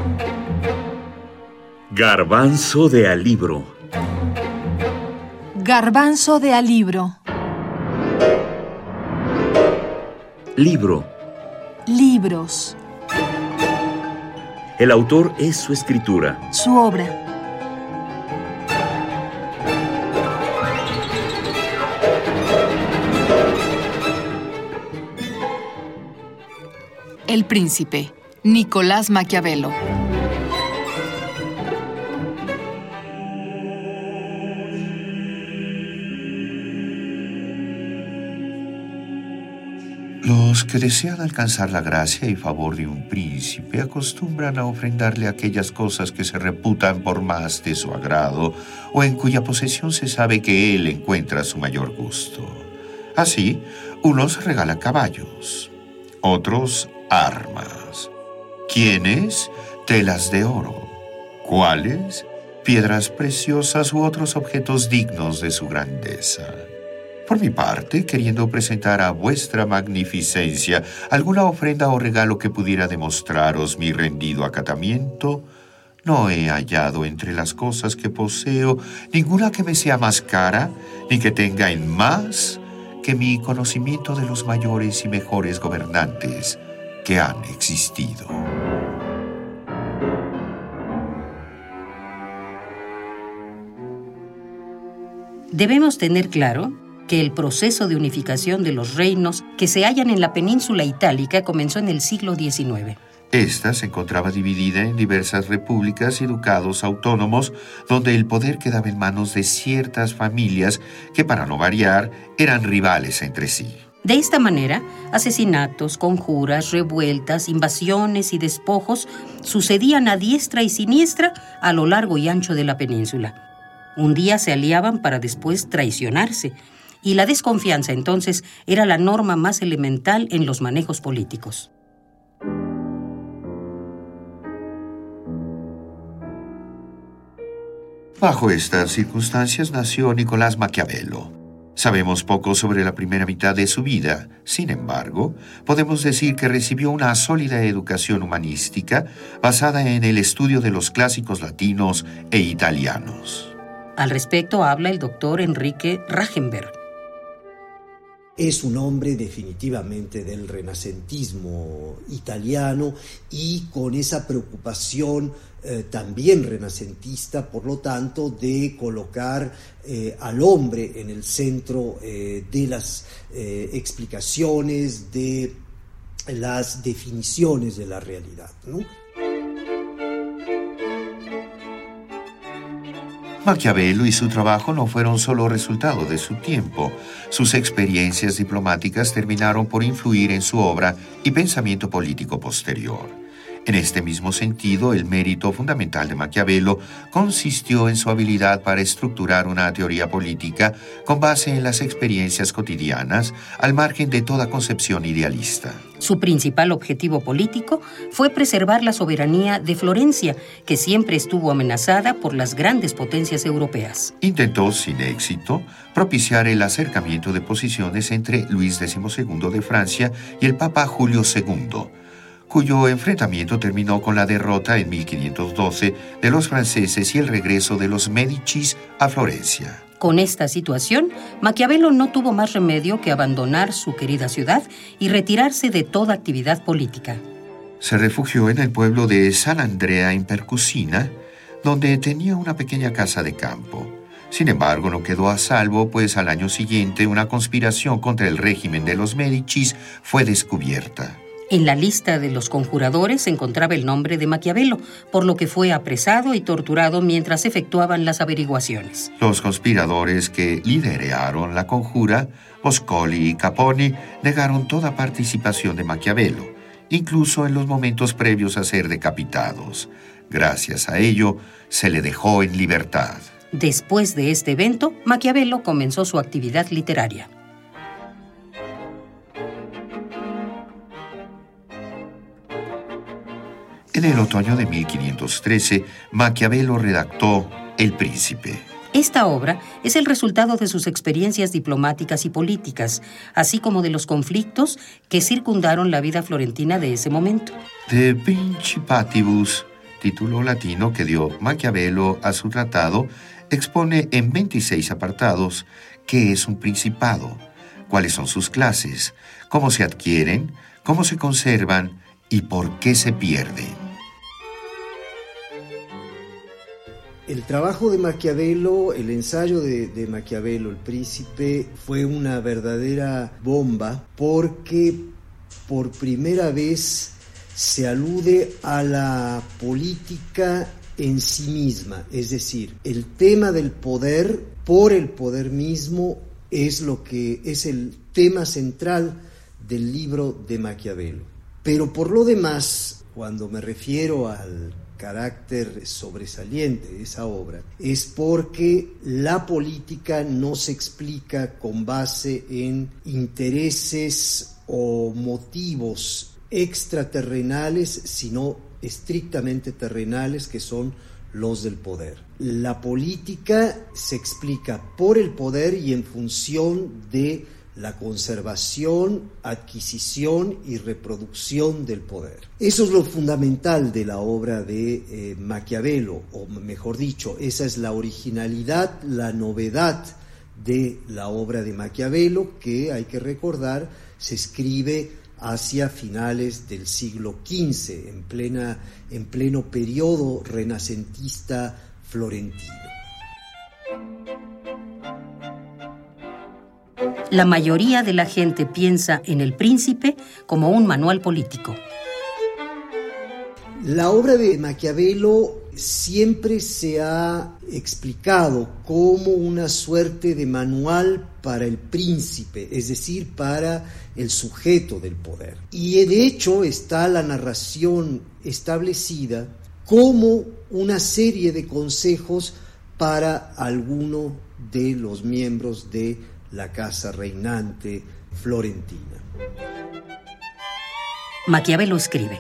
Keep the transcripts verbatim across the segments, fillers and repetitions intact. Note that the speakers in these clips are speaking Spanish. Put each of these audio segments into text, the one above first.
Garbanzo de alibro. Garbanzo de alibro. Libro. Libros. El autor es su escritura. Su obra. El Príncipe, Nicolás Maquiavelo. Los que desean alcanzar la gracia y favor de un príncipe acostumbran a ofrendarle aquellas cosas que se reputan por más de su agrado o en cuya posesión se sabe que él encuentra su mayor gusto. Así, unos regalan caballos, otros armas. ¿Quiénes? Telas de oro. ¿Cuáles? Piedras preciosas u otros objetos dignos de su grandeza. Por mi parte, queriendo presentar a vuestra magnificencia alguna ofrenda o regalo que pudiera demostraros mi rendido acatamiento, no he hallado entre las cosas que poseo ninguna que me sea más cara, ni que tenga en más que mi conocimiento de los mayores y mejores gobernantes que han existido. Debemos tener claro que el proceso de unificación de los reinos que se hallan en la península itálica comenzó en el siglo diecinueve. Esta se encontraba dividida en diversas repúblicas y ducados autónomos, donde el poder quedaba en manos de ciertas familias que, para no variar, eran rivales entre sí. De esta manera, asesinatos, conjuras, revueltas, invasiones y despojos sucedían a diestra y siniestra a lo largo y ancho de la península. Un día se aliaban para después traicionarse, y la desconfianza entonces era la norma más elemental en los manejos políticos. Bajo estas circunstancias nació Nicolás Maquiavelo. Sabemos poco sobre la primera mitad de su vida. Sin embargo, podemos decir que recibió una sólida educación humanística basada en el estudio de los clásicos latinos e italianos. Al respecto habla el doctor Enrique Ragenberg. Es un hombre definitivamente del renacentismo italiano y con esa preocupación eh, también renacentista, por lo tanto, de colocar eh, al hombre en el centro eh, de las eh, explicaciones, de las definiciones de la realidad, ¿no? Maquiavelo y su trabajo no fueron solo resultado de su tiempo. Sus experiencias diplomáticas terminaron por influir en su obra y pensamiento político posterior. En este mismo sentido, el mérito fundamental de Maquiavelo consistió en su habilidad para estructurar una teoría política con base en las experiencias cotidianas, al margen de toda concepción idealista. Su principal objetivo político fue preservar la soberanía de Florencia, que siempre estuvo amenazada por las grandes potencias europeas. Intentó, sin éxito, propiciar el acercamiento de posiciones entre Luis decimosegundo de Francia y el Papa Julio segundo, cuyo enfrentamiento terminó con la derrota en mil quinientos doce de los franceses y el regreso de los Médicis a Florencia. Con esta situación, Maquiavelo no tuvo más remedio que abandonar su querida ciudad y retirarse de toda actividad política. Se refugió en el pueblo de San Andrea in Percusina, donde tenía una pequeña casa de campo. Sin embargo, no quedó a salvo, pues al año siguiente una conspiración contra el régimen de los Médicis fue descubierta. En la lista de los conjuradores se encontraba el nombre de Maquiavelo, por lo que fue apresado y torturado mientras efectuaban las averiguaciones. Los conspiradores que lideraron la conjura, Boscoli y Caponi, negaron toda participación de Maquiavelo, incluso en los momentos previos a ser decapitados. Gracias a ello, se le dejó en libertad. Después de este evento, Maquiavelo comenzó su actividad literaria. En el otoño de mil quinientos trece, Maquiavelo redactó El Príncipe. Esta obra es el resultado de sus experiencias diplomáticas y políticas, así como de los conflictos que circundaron la vida florentina de ese momento. De Principatibus título latino que dio Maquiavelo a su tratado, expone en veintiséis apartados qué es un principado, cuáles son sus clases, cómo se adquieren, cómo se conservan y por qué se pierden. El trabajo de Maquiavelo, el ensayo de, de Maquiavelo, El Príncipe, fue una verdadera bomba porque por primera vez se alude a la política en sí misma, es decir, el tema del poder por el poder mismo es lo que es el tema central del libro de Maquiavelo. Pero por lo demás, cuando me refiero al carácter sobresaliente de esa obra, es porque la política no se explica con base en intereses o motivos extraterrenales, sino estrictamente terrenales, que son los del poder. La política se explica por el poder y en función de la conservación, adquisición y reproducción del poder. Eso es lo fundamental de la obra de eh, Maquiavelo, o mejor dicho, esa es la originalidad, la novedad de la obra de Maquiavelo, que hay que recordar, se escribe hacia finales del siglo quince, en, plena, en pleno periodo renacentista florentino. La mayoría de la gente piensa en El Príncipe como un manual político. La obra de Maquiavelo siempre se ha explicado como una suerte de manual para el príncipe, es decir, para el sujeto del poder. Y de hecho está la narración establecida como una serie de consejos para alguno de los miembros de la casa reinante florentina. Maquiavelo escribe: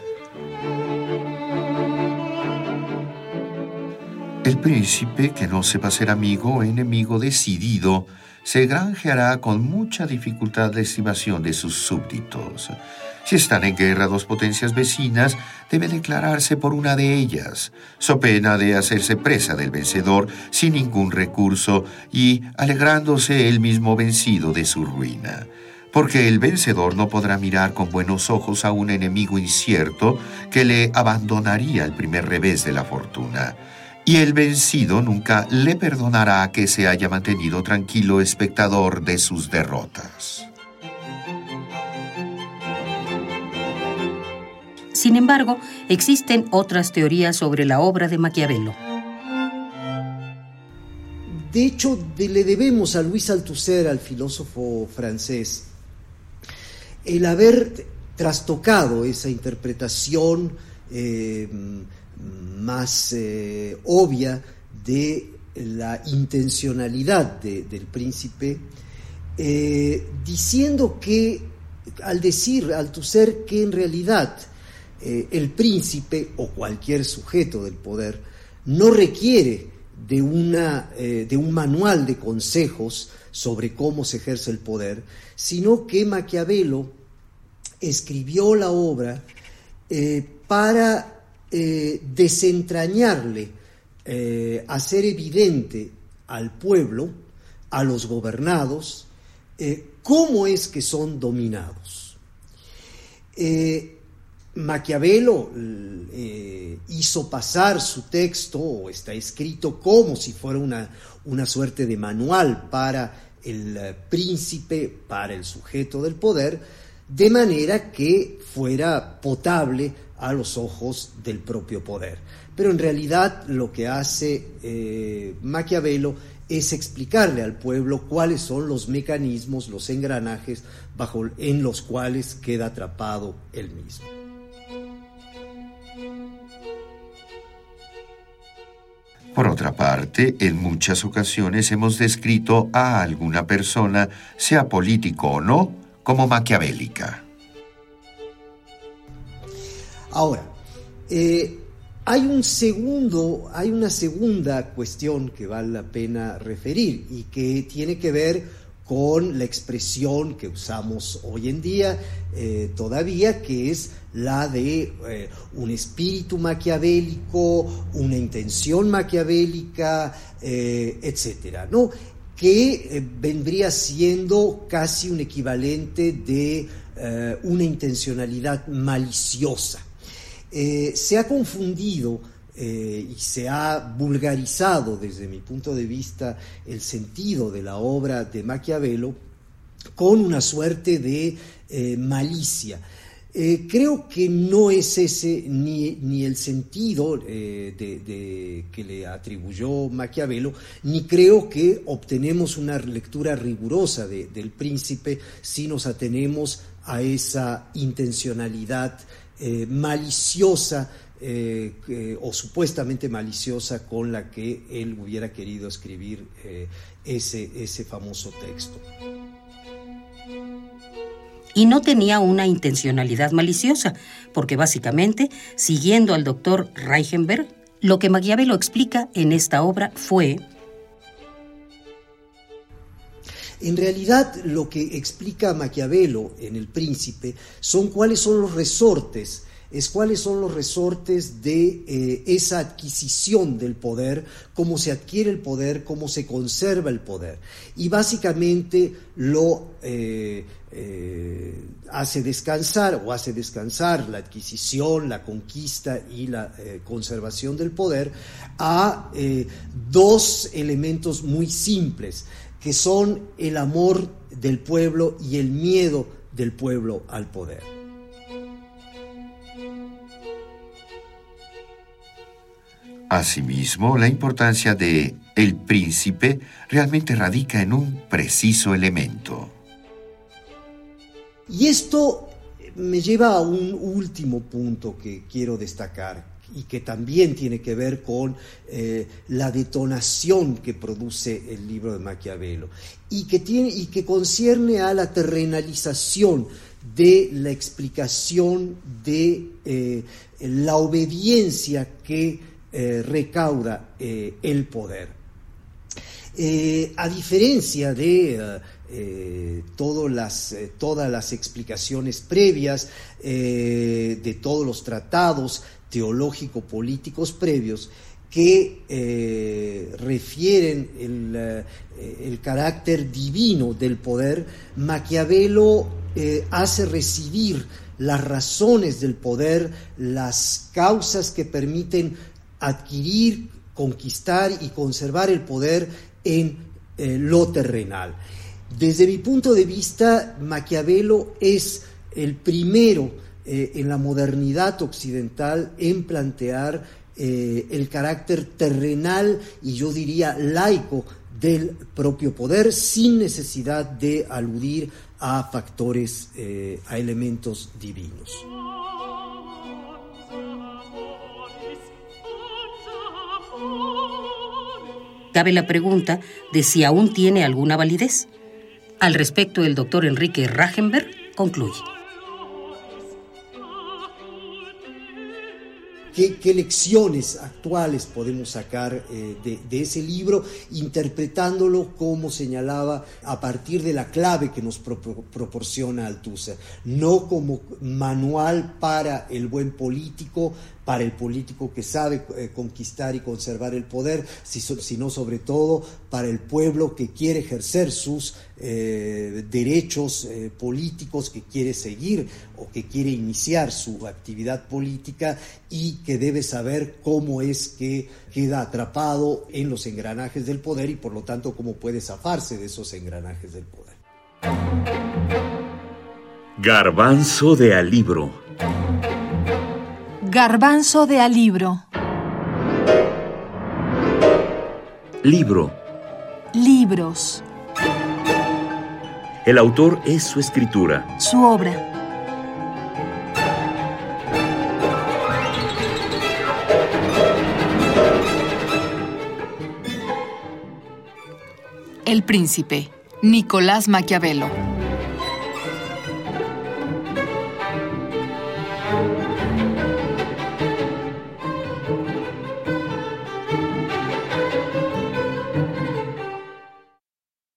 El príncipe que no sepa ser amigo o enemigo decidido se granjeará con mucha dificultad la estimación de sus súbditos. Si están en guerra dos potencias vecinas, debe declararse por una de ellas, so pena de hacerse presa del vencedor sin ningún recurso y alegrándose él mismo vencido de su ruina. Porque el vencedor no podrá mirar con buenos ojos a un enemigo incierto que le abandonaría el primer revés de la fortuna. Y el vencido nunca le perdonará que se haya mantenido tranquilo espectador de sus derrotas. Sin embargo, existen otras teorías sobre la obra de Maquiavelo. De hecho, de, le debemos a Louis Althusser, al filósofo francés, el haber trastocado esa interpretación eh, más eh, obvia de la intencionalidad de, del príncipe, eh, diciendo que, al decir Althusser que en realidad eh, el príncipe o cualquier sujeto del poder no requiere de, una, eh, de un manual de consejos sobre cómo se ejerce el poder, sino que Maquiavelo escribió la obra eh, para Eh, desentrañarle, eh, hacer evidente al pueblo, a los gobernados, eh, cómo es que son dominados. Eh, Maquiavelo eh, hizo pasar su texto, o está escrito como si fuera una, una suerte de manual para el eh, príncipe, para el sujeto del poder, de manera que fuera potable a los ojos del propio poder. Pero en realidad lo que hace eh, Maquiavelo es explicarle al pueblo cuáles son los mecanismos, los engranajes bajo, en los cuales queda atrapado él mismo. Por otra parte, en muchas ocasiones hemos descrito a alguna persona, sea político o no, como maquiavélica. Ahora, eh, hay un segundo, hay una segunda cuestión que vale la pena referir y que tiene que ver con la expresión que usamos hoy en día eh, todavía, que es la de eh, un espíritu maquiavélico, una intención maquiavélica, eh, etcétera, ¿no? Que eh, vendría siendo casi un equivalente de eh, una intencionalidad maliciosa. Eh, se ha confundido eh, y se ha vulgarizado desde mi punto de vista el sentido de la obra de Maquiavelo con una suerte de eh, malicia. Eh, creo que no es ese ni, ni el sentido eh, de, de, que le atribuyó Maquiavelo, ni creo que obtenemos una lectura rigurosa de, del Príncipe si nos atenemos a esa intencionalidad eh, maliciosa eh, eh, o supuestamente maliciosa con la que él hubiera querido escribir eh, ese, ese famoso texto. Y no tenía una intencionalidad maliciosa, porque básicamente, siguiendo al doctor Reichenberg, lo que Maquiavelo explica en esta obra fue... En realidad, lo que explica Maquiavelo en El Príncipe son cuáles son los resortes, es cuáles son los resortes de eh, esa adquisición del poder, cómo se adquiere el poder, cómo se conserva el poder. Y básicamente lo eh, eh, hace descansar o hace descansar la adquisición, la conquista y la eh, conservación del poder a eh, dos elementos muy simples, que son el amor del pueblo y el miedo del pueblo al poder. Asimismo, la importancia de El Príncipe realmente radica en un preciso elemento. Y esto me lleva a un último punto que quiero destacar y que también tiene que ver con eh, la detonación que produce el libro de Maquiavelo y que, tiene, y que concierne a la terrenalización de la explicación de eh, la obediencia que Eh, recauda eh, el poder. Eh, a diferencia de eh, eh, todas, las, eh, todas las explicaciones previas, eh, de todos los tratados teológico-políticos previos que eh, refieren el, eh, el carácter divino del poder, Maquiavelo eh, hace residir las razones del poder, las causas que permiten adquirir, conquistar y conservar el poder en eh, lo terrenal. Desde mi punto de vista, Maquiavelo es el primero eh, en la modernidad occidental en plantear eh, el carácter terrenal y yo diría laico del propio poder, sin necesidad de aludir a factores, eh, a elementos divinos. Cabe la pregunta de si aún tiene alguna validez. Al respecto, el doctor Enrique Reichenberg concluye. ¿Qué, qué lecciones actuales podemos sacar eh, de, de ese libro, interpretándolo, como señalaba, a partir de la clave que nos pro, proporciona Althusser, no como manual para el buen político, para el político que sabe eh, conquistar y conservar el poder, sino sobre todo para el pueblo que quiere ejercer sus eh, derechos eh, políticos, que quiere seguir o que quiere iniciar su actividad política y que debe saber cómo es que queda atrapado en los engranajes del poder y por lo tanto cómo puede zafarse de esos engranajes del poder. Garbanzo de Alibro. Garbanzo de Alibro. Libro. Libros. El autor es su escritura. Su obra. El Príncipe, Nicolás Maquiavelo.